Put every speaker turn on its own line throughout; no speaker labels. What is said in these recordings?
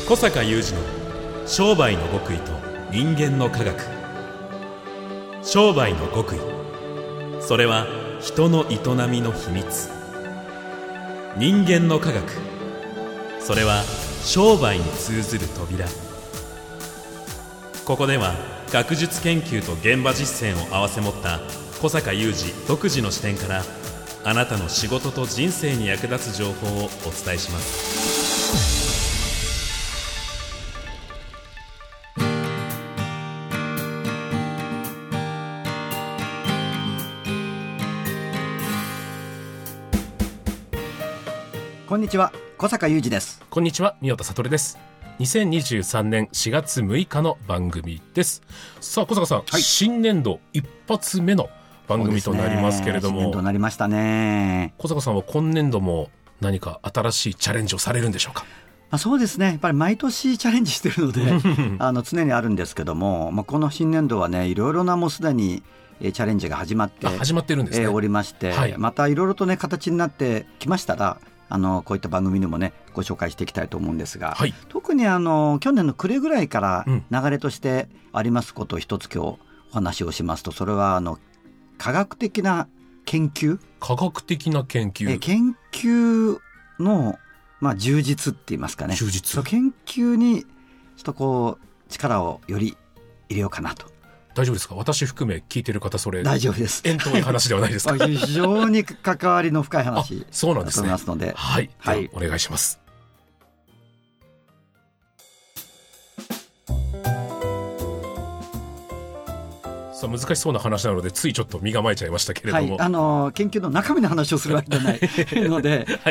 小坂雄二の商売の極意と人間の科学。商売の極意、それは人の営みの秘密。人間の科学、それは商売に通ずる扉。ここでは学術研究と現場実践を併せ持った小坂雄二独自の視点から、あなたの仕事と人生に役立つ情報をお伝えします。
こんにちは、小坂雄二です。
こんにちは、宮田悟です。2023年4月6日の番組です。さあ小坂さん、はい、新年度一発目の番組となりますけれども、
新年度になりましたね。
小坂さんは今年度も何か新しいチャレンジをされるんでしょうか？
そうですね、やっぱり毎年チャレンジしてるので常にあるんですけども、この新年度はね、いろいろなもうすでにチャレンジが始まって
るんですね。
おりまして、はい、またいろいろとね形になってきましたら、こういった番組にもねご紹介していきたいと思うんですが、はい、特に去年の暮れぐらいから流れとしてありますことを一つ今日お話をしますと、それは科学的な研究、研究の、充実って言いますかね、研究にちょっとこう力をより入れようかなと。
大丈夫ですか？私含め聞いてる方、それ
大丈夫です。
遠い話ではないですか？
非常に関わりの深い話だと思いますので、
はい、はい、お願いします。さあ難しそうな話なのでついちょっと身構えちゃいましたけれども、
はい、研究の中身の話をするわけじゃないので、はい、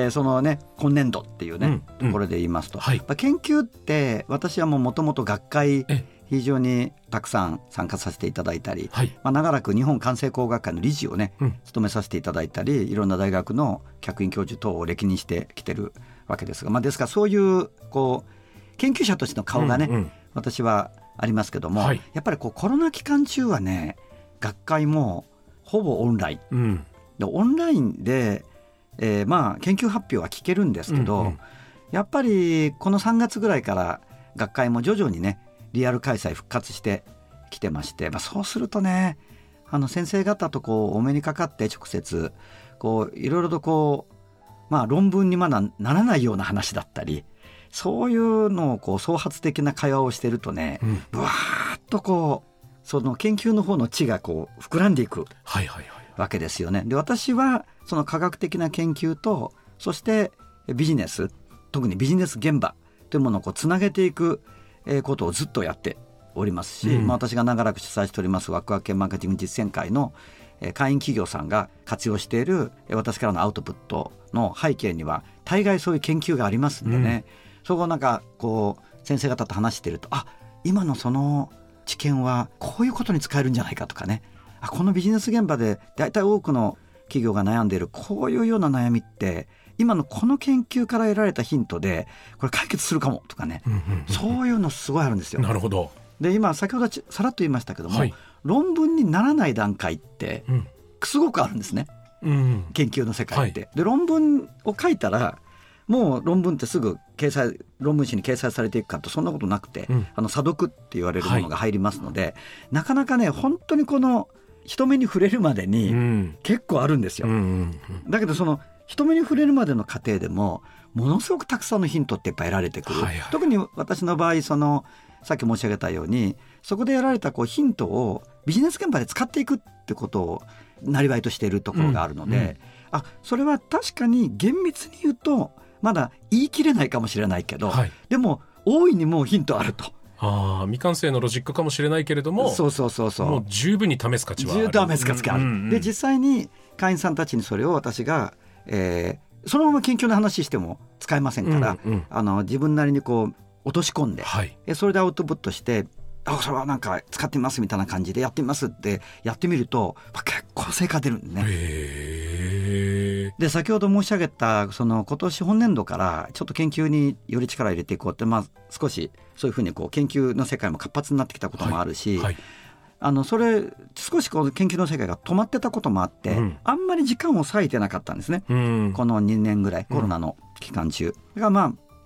そのね今年度っていうね、ところで言いますと、はい、研究って私はもともと学会非常にたくさん参加させていただいたり、はい、長らく日本関西工学会の理事をね、務めさせていただいたり、いろんな大学の客員教授等を歴任してきてるわけですが、ですからそういう研究者としての顔がね、私はありますけども、はい、やっぱりコロナ期間中はね、学会もほぼオンライン、でオンラインで、研究発表は聞けるんですけど、やっぱりこの3月ぐらいから学会も徐々にねリアル開催復活してきてまして、そうするとね、先生方とお目にかかって直接いろいろと論文にまだならないような話だったり、そういうのを創発的な会話をしてるとね、ぶわーっとその研究の方の知が膨らんでいくわけですよね。で、私はその科学的な研究と、そしてビジネス、特にビジネス現場というものをつなげていくことをずっとやっておりますし、私が長らく主催しておりますワクワク系マーケティング実践会の会員企業さんが活用している私からのアウトプットの背景には大概そういう研究がありますんでね、そこを先生方と話していると、今のその知見はこういうことに使えるんじゃないかとかね、このビジネス現場で大体多くの企業が悩んでいるこういうような悩みって今のこの研究から得られたヒントでこれ解決するかもとかね、そういうのすごいあるんですよ。
なるほど。
で、今先ほどさらっと言いましたけども、論文にならない段階ってすごくあるんですね、研究の世界って、で論文を書いたらもう論文ってすぐ論文誌に掲載されていくかと、そんなことなくて、査読って言われるものが入りますので、なかなかね本当にこの人目に触れるまでに結構あるんですよ、だけどその人目に触れるまでの過程でもものすごくたくさんのヒントってやっぱ得られてくる、特に私の場合さっき申し上げたように、そこで得られたヒントをビジネス現場で使っていくってことをなりわいとしているところがあるので、それは確かに厳密に言うとまだ言い切れないかもしれないけど、でも大いにもうヒントあると。
未完成のロジックかもしれないけれども、もう十分に試す価値はある。
試す価値がある、で実際に会員さんたちにそれを私が、そのまま研究の話しても使えませんから、自分なりに落とし込んで、それでアウトプットして、それはなんか使ってみますみたいな感じでやってみますってやってみると結構成果出るんでね。で、先ほど申し上げた今年本年度からちょっと研究により力を入れていこうって、少しそういうふうに研究の世界も活発になってきたこともあるし、それ少し研究の世界が止まってたこともあって、あんまり時間を割いてなかったんですね、この2年ぐらいコロナの期間中、が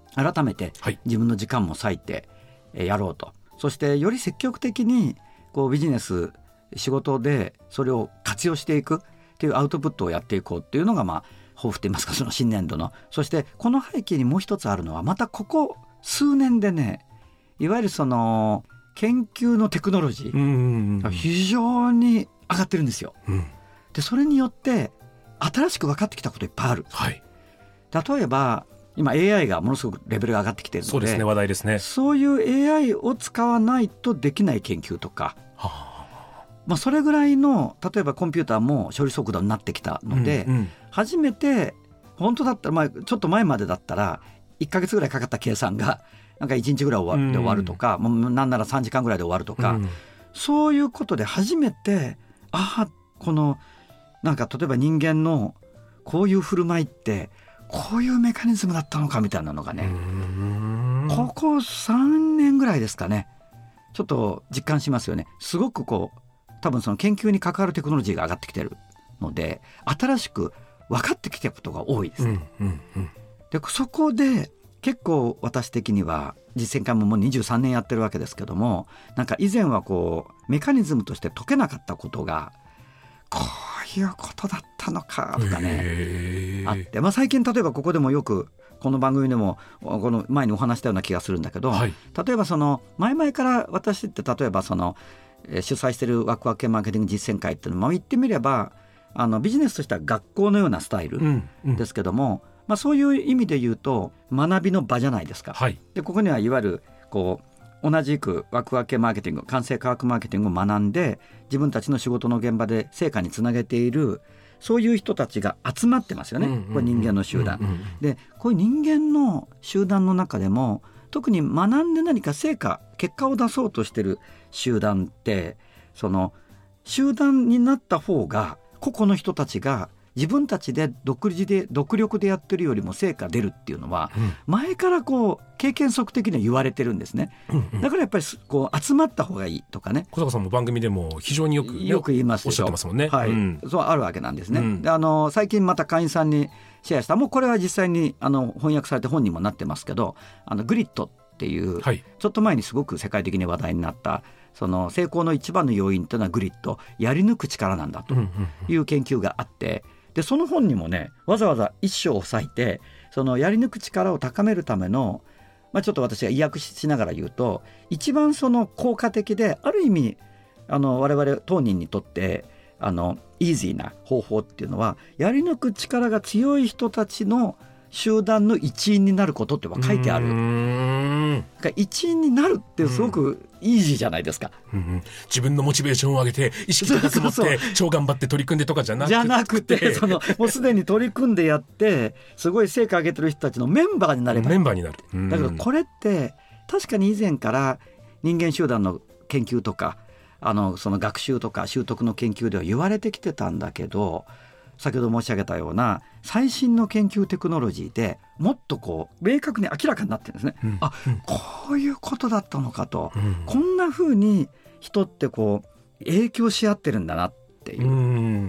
改めて自分の時間も割いてやろうと、そしてより積極的にこうビジネス仕事でそれを活用していくっていうアウトプットをやっていこうっていうのが抱負といいますか、その新年度の。そしてこの背景にもう一つあるのは、またここ数年でね、いわゆるその研究のテクノロジーが非常に上がってるんですよ。でそれによって新しく分かってきたこといっぱいある。例えば今 AI がものすごくレベルが上がってきているので、
そうですね、話題ですね。
そういう AI を使わないとできない研究とか、それぐらいの例えばコンピューターも処理速度になってきたので、初めて本当だったら、ちょっと前までだったら1ヶ月ぐらいかかった計算がなんか1日ぐらいで終わるとか、もうなんなら3時間ぐらいで終わるとか、そういうことで初めてこのなんか例えば人間のこういう振る舞いってこういうメカニズムだったのかみたいなのがね、ここ3年ぐらいですかね、ちょっと実感しますよね。すごく多分その研究に関わるテクノロジーが上がってきてるので、新しく分かってきてることが多いですね。でそこで結構私的には実践会ももう23年やってるわけですけども、なんか以前はメカニズムとして解けなかったことがこういうことだったのかとかねあって、最近例えばここでもよくこの番組でもこの前にお話したような気がするんだけど、例えばその前々から私って例えばその主催しているワクワク系マーケティング実践会っていうのも言ってみればビジネスとしては学校のようなスタイルですけども、そういう意味で言うと学びの場じゃないですか。でここにはいわゆる同じくワクワク系マーケティング、完成科学マーケティングを学んで自分たちの仕事の現場で成果につなげている、そういう人たちが集まってますよね。これ人間の集団で、こういう人間の集団の中でも特に学んで何か結果を出そうとしてる集団って、その集団になった方が個々の人たちが自分たちで独力でやってるよりも成果出るっていうのは、前から経験則的には言われてるんですね。だからやっぱり集まった方がいいとかね、
小坂さんも番組でも非常によく
言いますでしょ。
おっしゃってますもんね。
そうあるわけなんですね。で最近また会員さんにシェアした、もうこれは実際に翻訳されて本にもなってますけど、グリッドっていう、ちょっと前にすごく世界的に話題になったその成功の一番の要因というのはグリッド、やり抜く力なんだという研究があって、でその本にもねわざわざ一章を割いて、そのやり抜く力を高めるための、ちょっと私が意訳しながら言うと、一番その効果的である意味我々当人にとってイージーな方法っていうのは、やり抜く力が強い人たちの集団の一員になることって書いてある。一員になるってすごくイージーじゃないですか。
自分のモチベーションを上げて意識高く持って超頑張って取り組んでとかじゃなくて
もうすでに取り組んでやってすごい成果上げてる人たちのメンバーになればいい。
メンバーになる。
だからこれって確かに以前から人間集団の研究とかその学習とか習得の研究では言われてきてたんだけど、先ほど申し上げたような最新の研究テクノロジーでもっと明確に明らかになってるんですね。こういうことだったのかと、こんな風に人って影響し合ってるんだなっていう、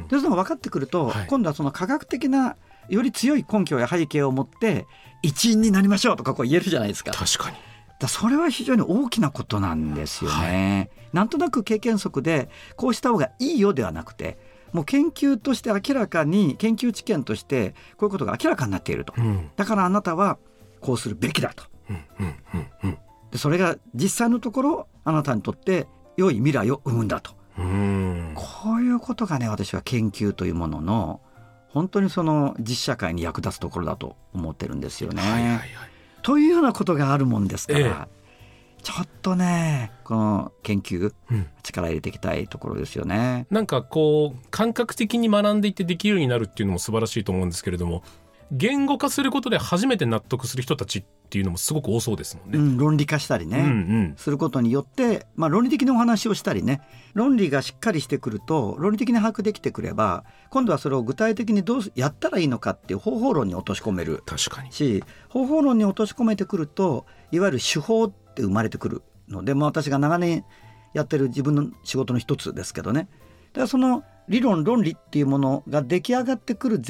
でそのが分かってくると、今度はその科学的なより強い根拠や背景を持って一員になりましょうとか言えるじゃないですか。
確かに
それは非常に大きなことなんですよね。なんとなく経験則でこうした方がいいよではなくて、もう研究として明らかに、研究知見としてこういうことが明らかになっていると、だからあなたはこうするべきだと、でそれが実際のところあなたにとって良い未来を生むんだと、こういうことがね、私は研究というものの本当にその実社会に役立つところだと思ってるんですよね。というようなことがあるもんですから、ちょっとねこの研究、力入れていきたいところですよね。
なんか感覚的に学んでいってできるようになるっていうのも素晴らしいと思うんですけれども、言語化することで初めて納得する人たちっていうのもすごく多そうですもんね。
論理化したりね、することによって、論理的なお話をしたりね、論理がしっかりしてくると、論理的に把握できてくれば、今度はそれを具体的にどうやったらいいのかっていう方法論に落とし込める。
確かに。
し、方法論に落とし込めてくると、いわゆる手法って生まれてくるので、私が長年やってる自分の仕事の一つですけどね。だからその論理っていうものが出来上がってくる前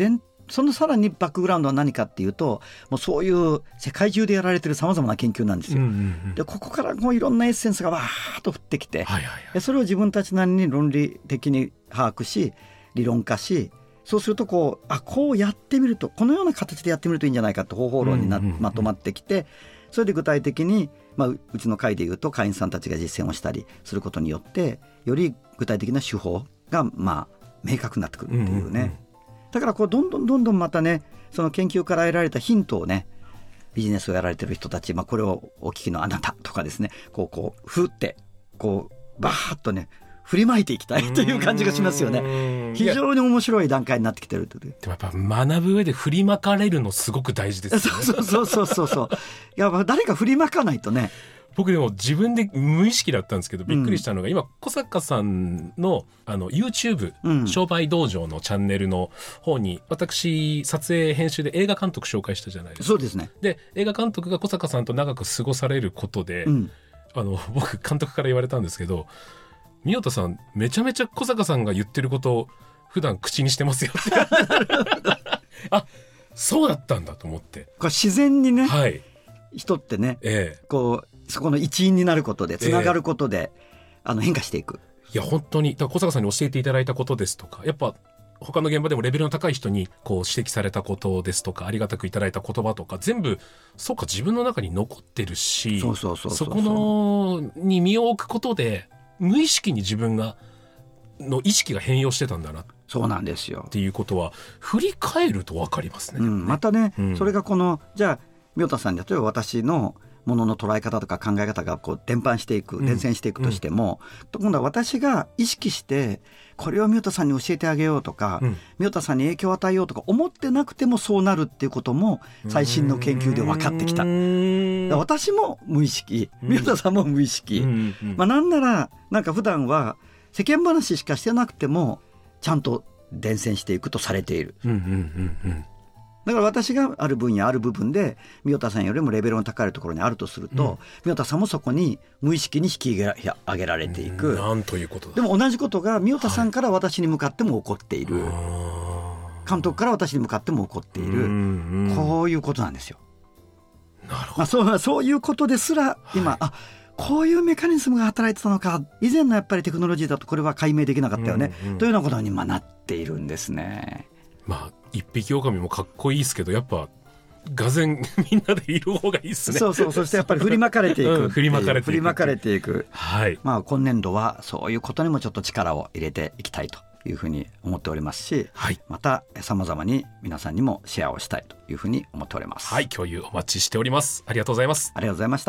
そのさらにバックグラウンドは何かっていうと、もうそういう世界中でやられてるさまざまな研究なんですよ。でここからこういろんなエッセンスがわーっと降ってきて、それを自分たちなりに論理的に把握し理論化し、そうするとこうやってみるとこのような形でやってみるといいんじゃないかって方法論にまとまってきて、それで具体的に、うちの会でいうと会員さんたちが実践をしたりすることによってより具体的な手法が明確になってくるっていうね、だからこうどんどんまたね、その研究から得られたヒントをね、ビジネスをやられてる人たち、これをお聞きのあなたとかですね、こうふってこうバーッとね振りまいていきたいという感じがしますよね。非常に面白い段階になってきてるという。
でもやっぱ学ぶ上で振りまかれるのすごく大事ですよね。
そういや誰か振りまかないとね。
僕でも自分で無意識だったんですけどびっくりしたのが、今小坂さんのYouTube、商売道場のチャンネルの方に私撮影編集で映画監督紹介したじゃないですか。
そうですね。
で映画監督が小坂さんと長く過ごされることで、僕監督から言われたんですけど、三代田さんめちゃめちゃ小坂さんが言ってることを普段口にしてますよってあ、そうだったんだと思って、
これ自然にね、人ってね、こうそこの一員になることでつながることで、変化していく。
いや本当にだから小坂さんに教えていただいたことですとか、やっぱ他の現場でもレベルの高い人にこう指摘されたことですとか、ありがたくいただいた言葉とか全部そうか自分の中に残ってるし、そこに身を置くことで無意識に自分の意識が変容してたんだな。
そうなんですよ。
っていうことは振り返ると分かりますね。
またね、それがじゃあ三代田さんに例えば私のものの捉え方とか考え方がこう伝染していくとしても、今度は私が意識してこれを三代田さんに教えてあげようとか、三代田さんに影響を与えようとか思ってなくてもそうなるっていうことも最新の研究で分かってきた。私も無意識、三代田さんも無意識、なんならなんか普段は世間話しかしてなくてもちゃんと伝染していくとされている。だから私がある分野ある部分で三代田さんよりもレベルの高いところにあるとすると、三代田さんもそこに無意識に引き上げられていく。
なんということだ。
でも同じことが三代田さんから私に向かっても起こっている、監督から私に向かっても起こっている、こういうことなんですよ。
なるほど。
そういうことですら今、こういうメカニズムが働いてたのか、以前のやっぱりテクノロジーだとこれは解明できなかったよね、というようなことになっているんですね。
一匹狼もかっこいいですけど、やっぱがぜんみんなでいる方がいいですね。
そしてやっぱり振りまかれていく、
振りまかれていく。
今年度はそういうことにもちょっと力を入れていきたいというふうに思っておりますし、また様々に皆さんにもシェアをしたいというふうに思っております。
共有お待ちしております。ありがとうございます。
ありがとうございました。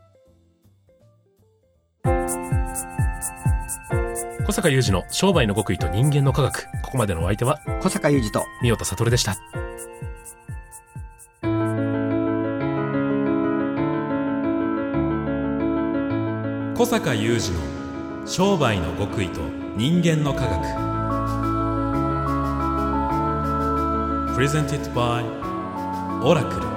小坂雄二の商売の極意と人間の科学。ここまでのお相手は
小坂雄二と
三代田悟でした。
小坂雄二の商売の極意と人間の科学。Presented by オラクル。